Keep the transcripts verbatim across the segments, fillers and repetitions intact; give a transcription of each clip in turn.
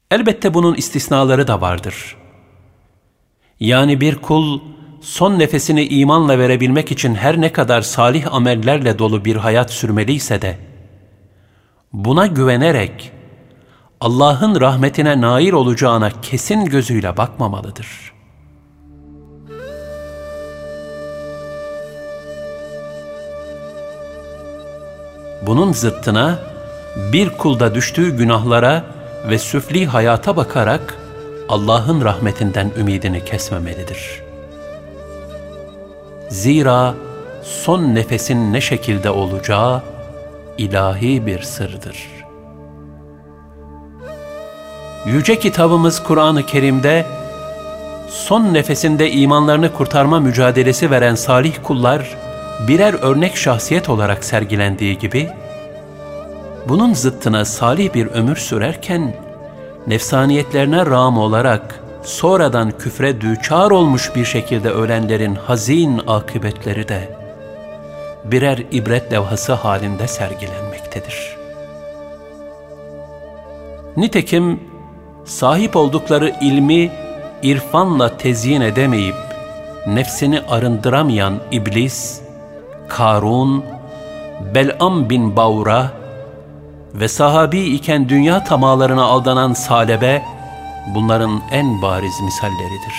Elbette bunun istisnaları da vardır. Yani bir kul son nefesini imanla verebilmek için her ne kadar salih amellerle dolu bir hayat sürmeliyse de, buna güvenerek Allah'ın rahmetine nail olacağına kesin gözüyle bakmamalıdır. Bunun zıttına bir kulda düştüğü günahlara ve süfli hayata bakarak Allah'ın rahmetinden ümidini kesmemelidir. Zira son nefesin ne şekilde olacağı ilahi bir sırdır. Yüce kitabımız Kur'an-ı Kerim'de son nefesinde imanlarını kurtarma mücadelesi veren salih kullar birer örnek şahsiyet olarak sergilendiği gibi, bunun zıttına salih bir ömür sürerken nefsaniyetlerine rağm olarak sonradan küfre düçar olmuş bir şekilde ölenlerin hazin akıbetleri de birer ibret levhası halinde sergilenmektedir. Nitekim sahip oldukları ilmi irfanla tezyin edemeyip nefsini arındıramayan iblis, Karun, Bel'am bin Bavra ve sahabi iken dünya tamalarına aldanan Salebe bunların en bariz misalleridir.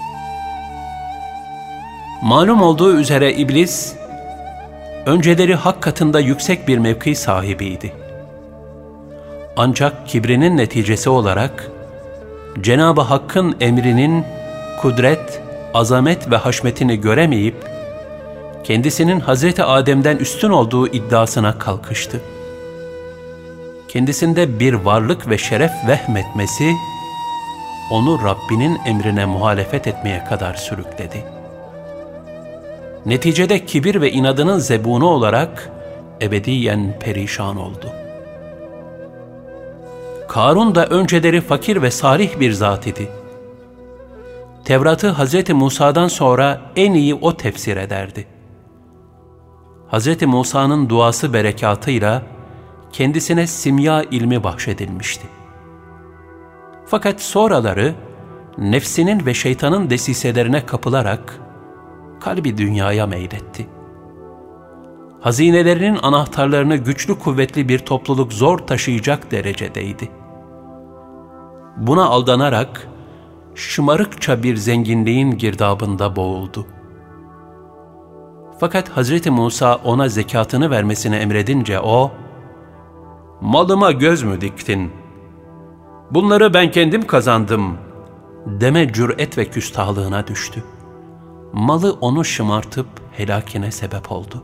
Malum olduğu üzere iblis, önceleri hak katında yüksek bir mevki sahibiydi. Ancak kibrinin neticesi olarak Cenab-ı Hakk'ın emrinin kudret, azamet ve haşmetini göremeyip kendisinin Hazreti Adem'den üstün olduğu iddiasına kalkıştı. Kendisinde bir varlık ve şeref vehmetmesi onu Rabbinin emrine muhalefet etmeye kadar sürükledi. Neticede kibir ve inadının zebunu olarak ebediyen perişan oldu. Karun da önceleri fakir ve salih bir zat idi. Tevrat'ı Hazreti Musa'dan sonra en iyi o tefsir ederdi. Hazreti Musa'nın duası berekatıyla kendisine simya ilmi bahşedilmişti. Fakat sonraları nefsinin ve şeytanın desiselerine kapılarak kalbi dünyaya meyletti. Hazinelerinin anahtarlarını güçlü kuvvetli bir topluluk zor taşıyacak derecedeydi. Buna aldanarak şımarıkça bir zenginliğin girdabında boğuldu. Fakat Hazreti Musa ona zekatını vermesini emredince o, "Malıma göz mü diktin? Bunları ben kendim kazandım," deme cüret ve küstahlığına düştü. Malı onu şımartıp helakine sebep oldu.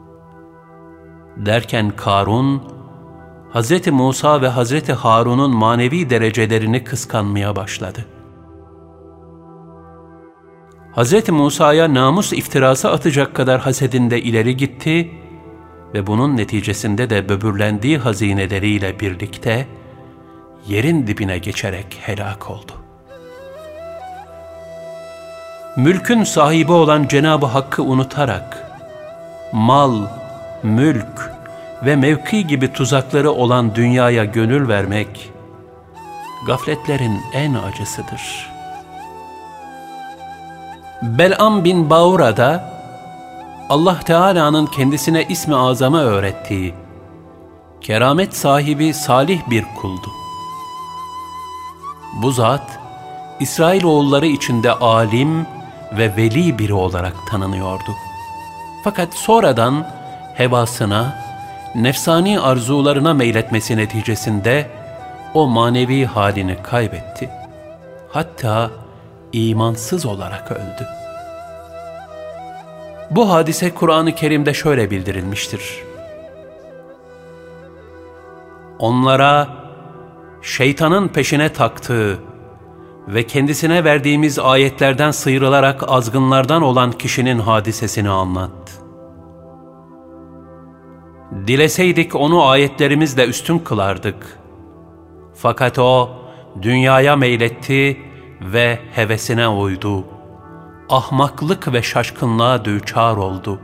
Derken Karun, Hazreti Musa ve Hazreti Harun'un manevi derecelerini kıskanmaya başladı. Hazreti Musa'ya namus iftirası atacak kadar hasedinde ileri gitti ve bunun neticesinde de böbürlendiği hazineleriyle birlikte yerin dibine geçerek helak oldu. Mülkün sahibi olan Cenab-ı Hakk'ı unutarak mal, mülk ve mevki gibi tuzakları olan dünyaya gönül vermek gafletlerin en acısıdır. Bel'am bin Bavra da Allah Teala'nın kendisine ismi azamı öğrettiği keramet sahibi salih bir kuldu. Bu zat İsrailoğulları içinde alim ve veli biri olarak tanınıyordu. Fakat sonradan hevasına, nefsani arzularına meyletmesi neticesinde o manevi halini kaybetti. Hatta imansız olarak öldü. Bu hadise Kur'an-ı Kerim'de şöyle bildirilmiştir: onlara şeytanın peşine taktığı ve kendisine verdiğimiz ayetlerden sıyrılarak azgınlardan olan kişinin hadisesini anlat. Dileseydik onu ayetlerimizle üstün kılardık. Fakat o dünyaya meyletti ve hevesine uydu. Ahmaklık ve şaşkınlığa düçar oldu.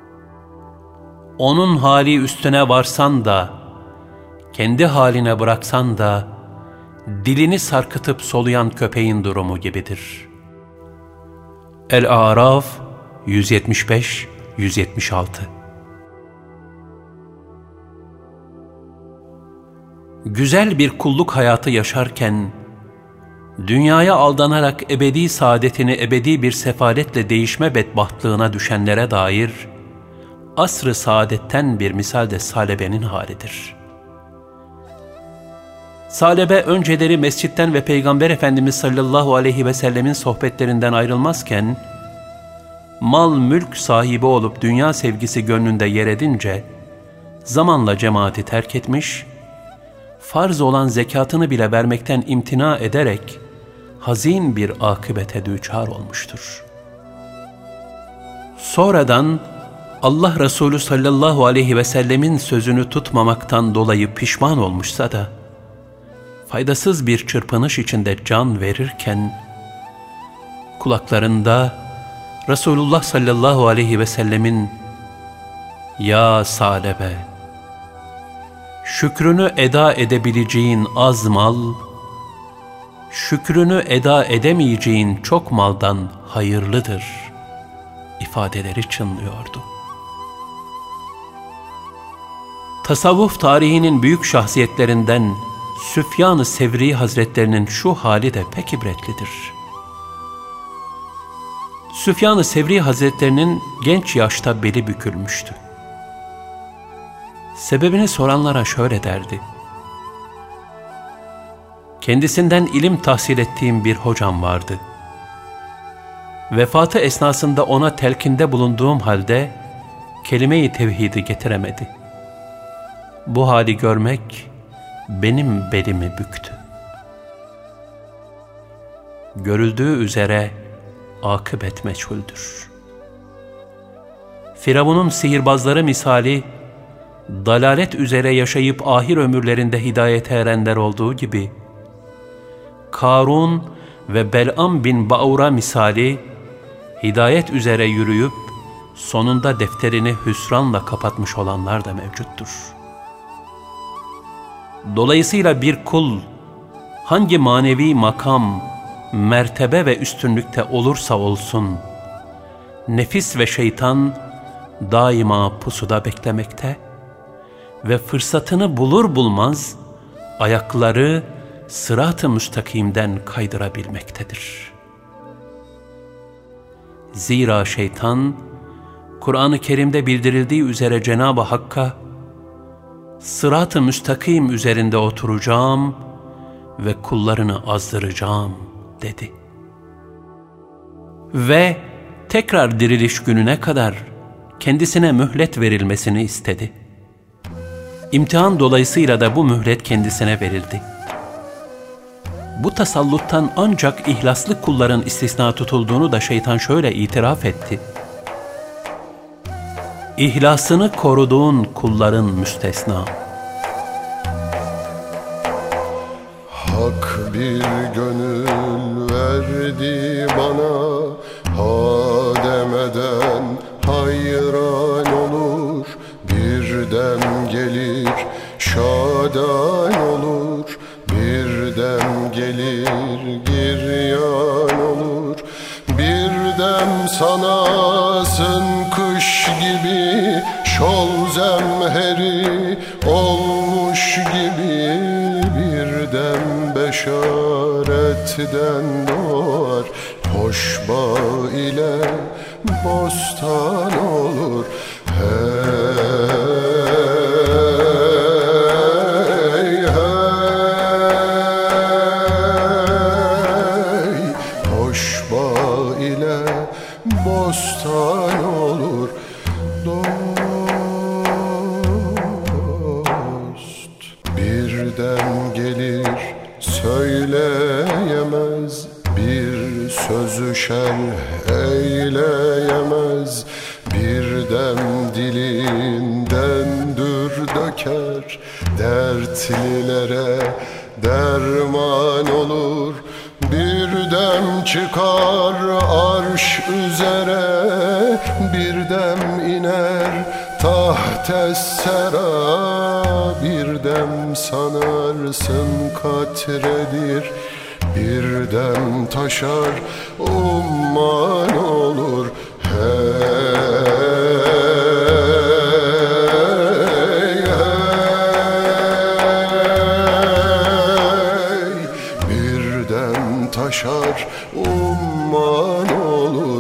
Onun hali üstüne varsan da, kendi haline bıraksan da, dilini sarkıtıp soluyan köpeğin durumu gibidir. El-A'raf yüz yetmiş beş yüz yetmiş altı. Güzel bir kulluk hayatı yaşarken, dünyaya aldanarak ebedi saadetini ebedi bir sefaletle değişme bedbahtlığına düşenlere dair asr-ı saadetten bir misal de Salebe'nin halidir. Salebe önceleri mescitten ve Peygamber Efendimiz sallallahu aleyhi ve sellemin sohbetlerinden ayrılmazken, mal mülk sahibi olup dünya sevgisi gönlünde yer edince, zamanla cemaati terk etmiş, farz olan zekatını bile vermekten imtina ederek, hazin bir akıbete düçar olmuştur. Sonradan, Allah Resulü sallallahu aleyhi ve sellemin sözünü tutmamaktan dolayı pişman olmuşsa da, faydasız bir çırpınış içinde can verirken, kulaklarında Resulullah sallallahu aleyhi ve sellemin "Ya Salebe, şükrünü eda edebileceğin az mal, şükrünü eda edemeyeceğin çok maldan hayırlıdır" ifadeleri çınlıyordu. Tasavvuf tarihinin büyük şahsiyetlerinden Süfyan-ı Sevri Hazretlerinin şu hali de pek ibretlidir. Süfyan-ı Sevri Hazretlerinin genç yaşta beli bükülmüştü. Sebebini soranlara şöyle derdi: kendisinden ilim tahsil ettiğim bir hocam vardı. Vefatı esnasında ona telkinde bulunduğum halde kelime-i tevhidi getiremedi. Bu hali görmek benim belimi büktü. Görüldüğü üzere akıbet meçhuldür. Firavun'un sihirbazları misali, dalalet üzere yaşayıp ahir ömürlerinde hidayete erenler olduğu gibi, Karun ve Bel'am bin Ba'ura misali, hidayet üzere yürüyüp, sonunda defterini hüsranla kapatmış olanlar da mevcuttur. Dolayısıyla bir kul, hangi manevi makam, mertebe ve üstünlükte olursa olsun, nefis ve şeytan daima pusuda beklemekte ve fırsatını bulur bulmaz ayakları sırat-ı müstakimden kaydırabilmektedir. Zira şeytan, Kur'an-ı Kerim'de bildirildiği üzere Cenab-ı Hakk'a, sırat-ı müstakim üzerinde oturacağım ve kullarını azdıracağım dedi. Ve tekrar diriliş gününe kadar kendisine mühlet verilmesini istedi. İmtihan dolayısıyla da bu mühlet kendisine verildi. Bu tasalluttan ancak ihlaslı kulların istisna tutulduğunu da şeytan şöyle itiraf etti: İhlasını koruduğun kulların müstesna. Hak bir gönül verdi bana, ha demeden hayran olur, bir dem gelir şadan olur, bir dem gelir giryan olur, bir dem sanasın kış gibi, şol zemheri olmuş gibi, bir dem beşaretten doğar, hoş bağ ile bostan olur. Hey, hey, hoş bağ ile bostan olur. Dost birden gelir söyleyemez, bir sözü şerh eyleyemez, bir dem dilinden dür döker, dertlilere derman olur, bir dem çıkar arş üzere, bir dem iner tahtes sera, bir dem sanarsın katredir, birden taşar umman olur. Hey, hey, birden taşar umman olur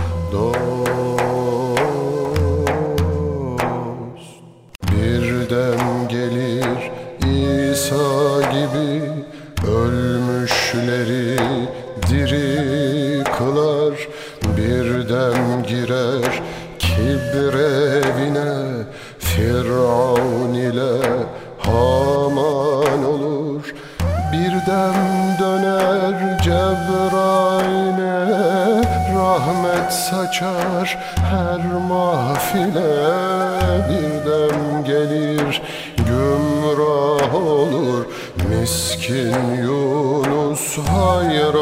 dost. Birden gelir İsa gibi, ölmüşleri diri kılar. Birden girer kibrevine, Firavun ile Haman olur. Birden döner Cebrail'e, rahmet saçar her mahfile. Birden gelir gümrah olur miskin Yunus hayran